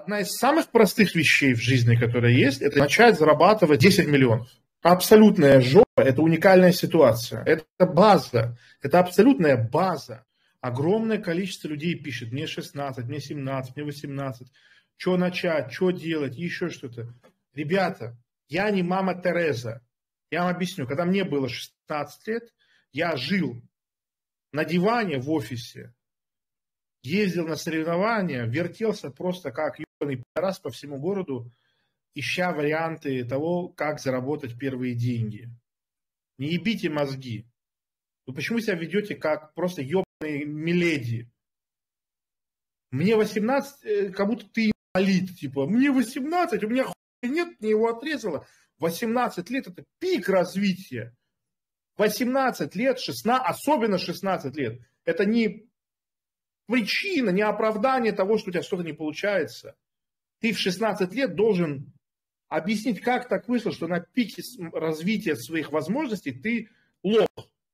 Одна из самых простых вещей в жизни, которая есть, это начать зарабатывать 10 миллионов. Абсолютная жопа, это уникальная ситуация. Это база, это абсолютная база. Огромное количество людей пишет, мне 16, мне 17, мне 18. Что начать, что делать, еще что-то. Ребята, я не мама Тереза. Я вам объясню, когда мне было 16 лет, я жил на диване в офисе, ездил на соревнования, вертелся просто как ебаный пидорас по всему городу, ища варианты того, как заработать первые деньги. Не ебите мозги. Вы почему себя ведете как просто ебаные миледи? Мне 18, как будто ты инвалид, типа, мне 18, у меня хуя нет, мне его отрезало. 18 лет это пик развития. 18 лет, 16, особенно 16 лет, это не причина, не оправдание того, что у тебя что-то не получается. Ты в 16 лет должен объяснить, как так вышло, что на пике развития своих возможностей ты лох.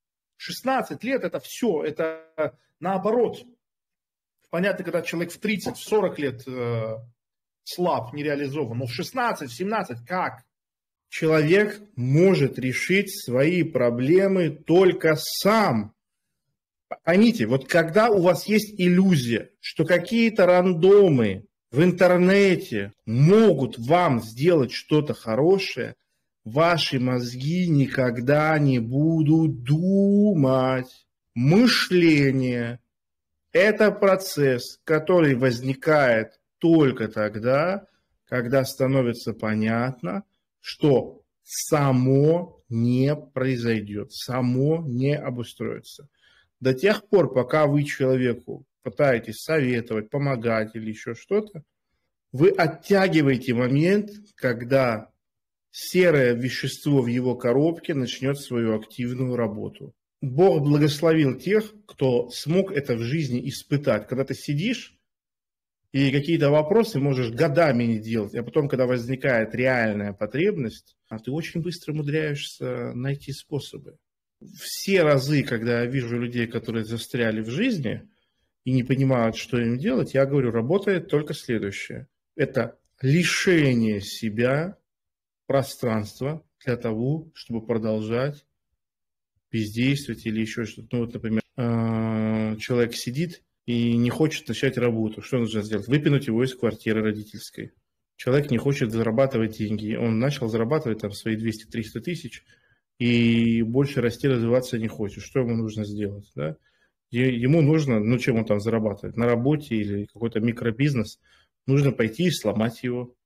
16 лет это все, это наоборот. Понятно, когда человек в 30, в 40 лет слаб, нереализован, но в 16, в 17 как? Человек может решить свои проблемы только сам. Поймите, вот когда у вас есть иллюзия, что какие-то рандомы в интернете могут вам сделать что-то хорошее, ваши мозги никогда не будут думать. Мышление – это процесс, который возникает только тогда, когда становится понятно, что само не произойдет, само не обустроится. До тех пор, пока вы человеку пытаетесь советовать, помогать или еще что-то, вы оттягиваете момент, когда серое вещество в его коробке начнет свою активную работу. Бог благословил тех, кто смог это в жизни испытать. Когда ты сидишь и какие-то вопросы можешь годами не делать, а потом, когда возникает реальная потребность, ты очень быстро умудряешься найти способы. Все разы, когда я вижу людей, которые застряли в жизни и не понимают, что им делать, я говорю, работает только следующее. Это лишение себя пространства для того, чтобы продолжать бездействовать или еще что-то. Ну вот, например, человек сидит и не хочет начать работу. Что нужно сделать? Выпинуть его из квартиры родительской. Человек не хочет зарабатывать деньги. Он начал зарабатывать там свои 200-300 тысяч и больше расти, развиваться не хочет. Что ему нужно сделать? Да? Ему нужно, ну чем он там зарабатывает? На работе или какой-то микробизнес. Нужно пойти и сломать его.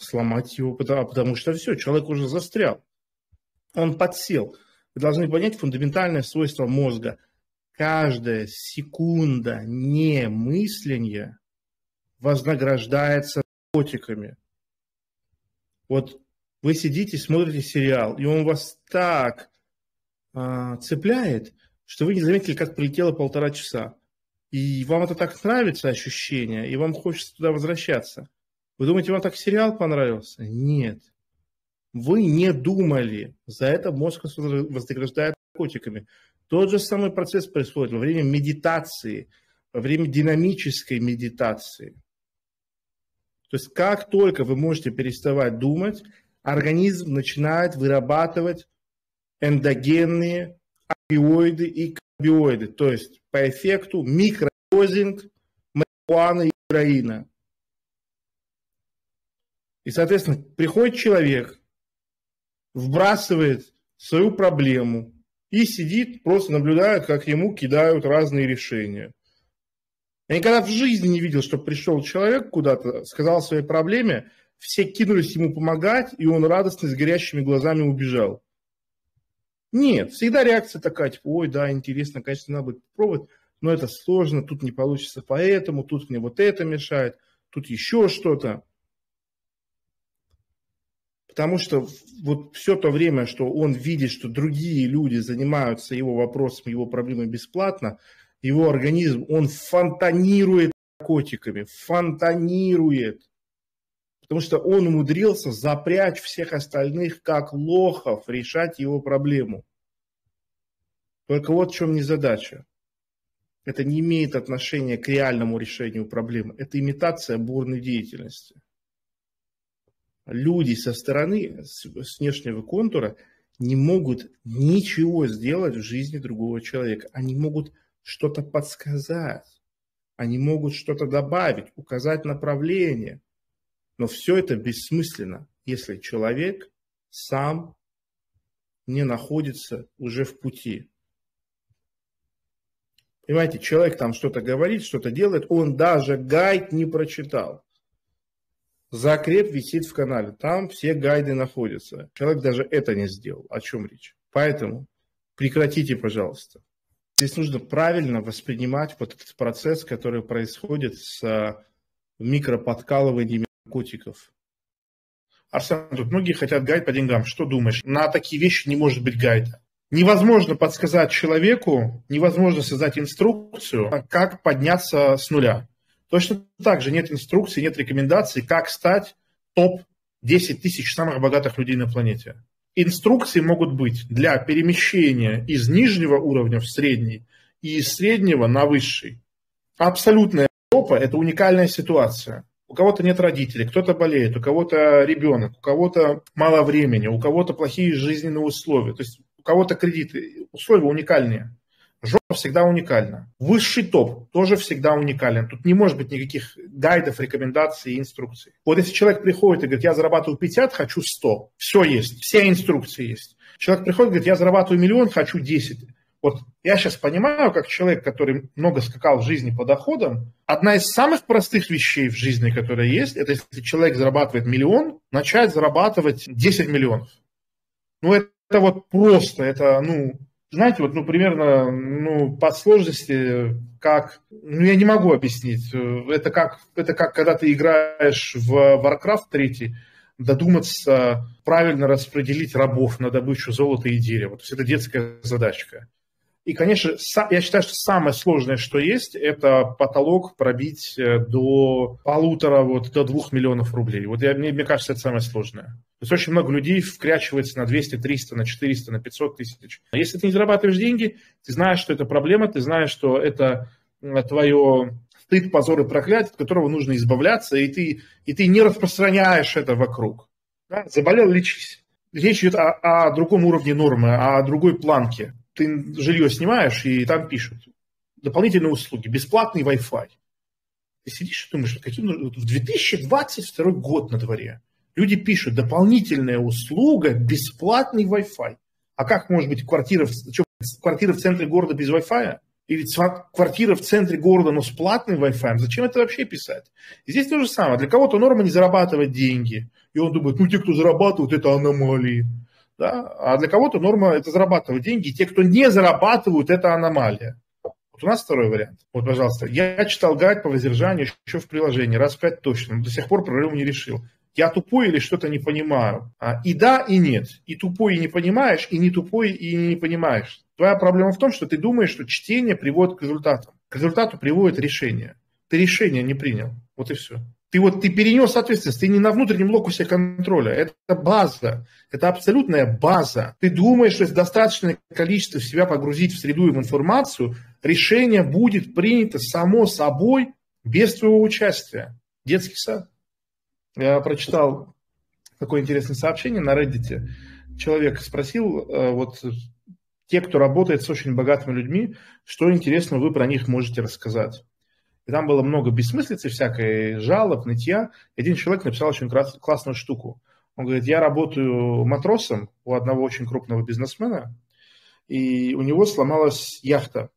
Потому что все, человек уже застрял. Он подсел. Вы должны понять фундаментальное свойство мозга. Каждая секунда немысления вознаграждается наркотиками. Вот вы сидите, смотрите сериал, и он вас так цепляет, что вы не заметили, как пролетело 1,5 часа. И вам это так нравится, ощущение, и вам хочется туда возвращаться. Вы думаете, вам так сериал понравился? Нет. Вы не думали. За это мозг вознаграждает наркотиками. Тот же самый процесс происходит во время медитации, во время динамической медитации. То есть как только вы можете переставать думать, организм начинает вырабатывать эндогенные опиоиды и каннабиоиды. То есть по эффекту микродозинг марихуаны и героина. И, соответственно, приходит человек, вбрасывает свою проблему и сидит, просто наблюдает, как ему кидают разные решения. Я никогда в жизни не видел, что пришел человек куда-то, сказал о своей проблеме, все кинулись ему помогать, и он радостно с горящими глазами убежал. Нет, всегда реакция такая, типа, ой, да, интересно, конечно, надо будет попробовать, но это сложно, тут не получится поэтому, тут мне вот это мешает, тут еще что-то. Потому что вот все то время, что он видит, что другие люди занимаются его вопросом, его проблемой бесплатно, его организм, он фонтанирует наркотиками, фонтанирует. Потому что он умудрился запрячь всех остальных, как лохов, решать его проблему. Только вот в чем незадача. Это не имеет отношения к реальному решению проблемы. Это имитация бурной деятельности. Люди со стороны, с внешнего контура, не могут ничего сделать в жизни другого человека. Они могут что-то подсказать, они могут что-то добавить, указать направление. Но все это бессмысленно, если человек сам не находится уже в пути. Понимаете, человек там что-то говорит, что-то делает, он даже гайд не прочитал. Закреп висит в канале, там все гайды находятся. Человек даже это не сделал. О чем речь? Поэтому прекратите, пожалуйста. Здесь нужно правильно воспринимать вот этот процесс, который происходит с микроподкалыванием наркотиков. Арсен, тут многие хотят гайд по деньгам. Что думаешь? На такие вещи не может быть гайда. Невозможно подсказать человеку, невозможно создать инструкцию, как подняться с нуля. Точно так же нет инструкции, нет рекомендаций, как стать топ-10 тысяч самых богатых людей на планете. Инструкции могут быть для перемещения из нижнего уровня в средний и из среднего на высший. Абсолютная жопа – это уникальная ситуация. У кого-то нет родителей, кто-то болеет, у кого-то ребенок, у кого-то мало времени, у кого-то плохие жизненные условия. То есть у кого-то кредиты, условия уникальные. Жопа всегда уникальна. Высший топ тоже всегда уникален. Тут не может быть никаких гайдов, рекомендаций и инструкций. Вот если человек приходит и говорит, я зарабатываю 50, хочу 100. Все есть, все инструкции есть. Человек приходит и говорит, я зарабатываю 1 миллион, хочу 10. Вот я сейчас понимаю, как человек, который много скакал в жизни по доходам, одна из самых простых вещей в жизни, которая есть, это если человек зарабатывает 1 миллион, начать зарабатывать 10 миллионов. Ну это вот просто, это, знаете, вот, примерно, по сложности, как, я не могу объяснить. Это как когда ты играешь в Warcraft 3, додуматься правильно распределить рабов на добычу золота и дерева. То есть это детская задачка. И, конечно, я считаю, что самое сложное, что есть, это потолок пробить до 1,5, до 2 миллионов рублей. Вот мне кажется, это самое сложное. То есть очень много людей вкрячивается на 200, 300, на 400, на 500 тысяч. А если ты не зарабатываешь деньги, ты знаешь, что это проблема, ты знаешь, что это твое стыд, позор и проклятие, от которого нужно избавляться, и ты не распространяешь это вокруг. Да? Заболел – лечись. Речь идет о другом уровне нормы, о другой планке. Ты жилье снимаешь, и там пишут дополнительные услуги, бесплатный Wi-Fi. Ты сидишь и думаешь, в 2022 год на дворе люди пишут дополнительная услуга, бесплатный Wi-Fi. А как может быть квартира в центре города без Wi-Fi? Или квартира в центре города, но с платным Wi-Fi? Зачем это вообще писать? И здесь то же самое. Для кого-то норма не зарабатывать деньги. И он думает, те, кто зарабатывают, это аномалии. Да? А для кого-то норма – это зарабатывать деньги, и те, кто не зарабатывают, это аномалия. Вот у нас второй вариант. Вот, пожалуйста, я читал гайд по воздержанию еще в приложении, раз 5 точно, но до сих пор проблему не решил. Я тупой или что-то не понимаю? И да, и нет. И тупой, и не понимаешь, и не тупой, и не понимаешь. Твоя проблема в том, что ты думаешь, что чтение приводит к результату. К результату приводит решение. Ты решение не принял. Вот и все. Ты перенес ответственность, ты не на внутреннем локусе контроля. Это база, это абсолютная база. Ты думаешь, что если достаточное количество себя погрузить в среду и в информацию, решение будет принято само собой, без твоего участия. Детский сад. Я прочитал такое интересное сообщение на Reddit. Человек спросил, те, кто работает с очень богатыми людьми, что интересно вы про них можете рассказать. И там было много бессмыслицы всякой, жалоб, нытья. И один человек написал очень классную штуку. Он говорит, я работаю матросом у одного очень крупного бизнесмена, и у него сломалась яхта.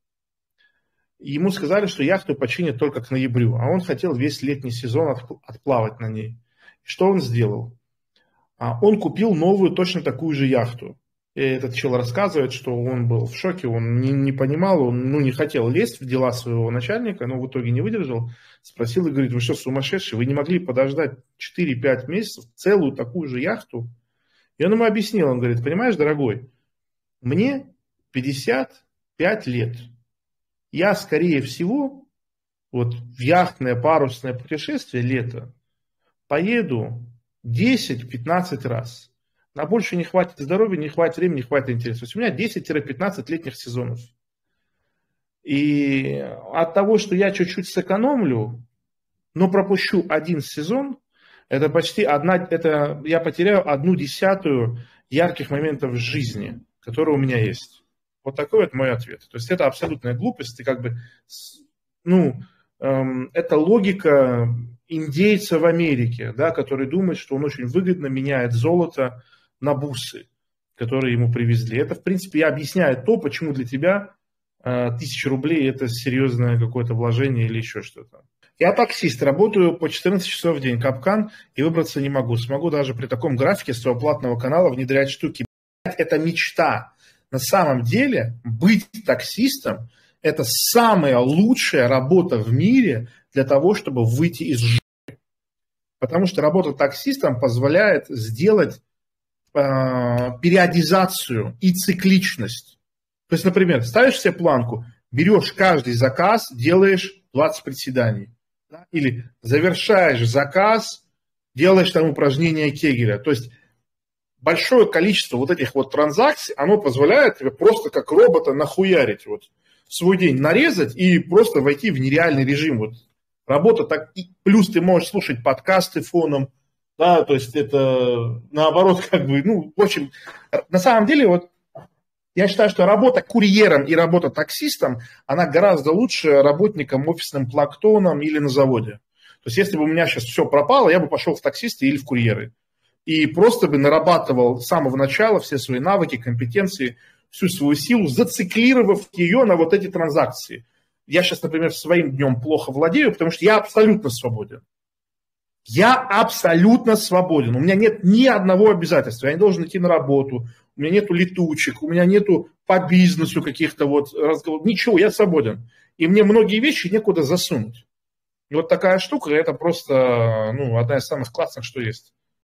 И ему сказали, что яхту починят только к ноябрю, а он хотел весь летний сезон отплавать на ней. И что он сделал? Он купил новую, точно такую же яхту. И этот чел рассказывает, что он был в шоке, он не понимал, он не хотел лезть в дела своего начальника, но в итоге не выдержал, спросил и говорит, вы что, сумасшедшие, вы не могли подождать 4-5 месяцев целую такую же яхту? И он ему объяснил, он говорит, понимаешь, дорогой, мне 55 лет, я, скорее всего, в яхтное парусное путешествие лето поеду 10-15 раз. На больше не хватит здоровья, не хватит времени, не хватит интереса. То есть у меня 10-15 летних сезонов. И от того, что я чуть-чуть сэкономлю, но пропущу один сезон, это почти я потеряю 1/10 ярких моментов в жизни, которые у меня есть. Вот такой вот мой ответ. То есть это абсолютная глупость. И как бы, это логика индейца в Америке, да, который думает, что он очень выгодно меняет золото на бусы, которые ему привезли. Это, в принципе, объясняет то, почему для тебя 1000 рублей это серьезное какое-то вложение или еще что-то. Я таксист, работаю по 14 часов в день, капкан, и выбраться не могу. Смогу даже при таком графике своего платного канала внедрять штуки. Это мечта. На самом деле быть таксистом – это самая лучшая работа в мире для того, чтобы выйти из жизни. Потому что работа таксистом позволяет сделать периодизацию и цикличность. То есть, например, ставишь себе планку, берешь каждый заказ, делаешь 20 приседаний. Да? Или завершаешь заказ, делаешь там упражнение Кегеля. То есть большое количество вот этих вот транзакций, оно позволяет тебе просто как робота нахуярить вот свой день, нарезать и просто войти в нереальный режим. Вот работа так, плюс ты можешь слушать подкасты фоном, да, то есть это наоборот как бы, в общем, на самом деле вот я считаю, что работа курьером и работа таксистом, она гораздо лучше работником офисным планктоном или на заводе. То есть если бы у меня сейчас все пропало, я бы пошел в таксисты или в курьеры. И просто бы нарабатывал с самого начала все свои навыки, компетенции, всю свою силу, зациклировав ее на вот эти транзакции. Я сейчас, например, своим днем плохо владею, потому что я абсолютно свободен. Я абсолютно свободен. У меня нет ни одного обязательства. Я не должен идти на работу. У меня нету летучек. У меня нету по бизнесу каких-то вот разговоров. Ничего, я свободен. И мне многие вещи некуда засунуть. И вот такая штука, это просто одна из самых классных, что есть.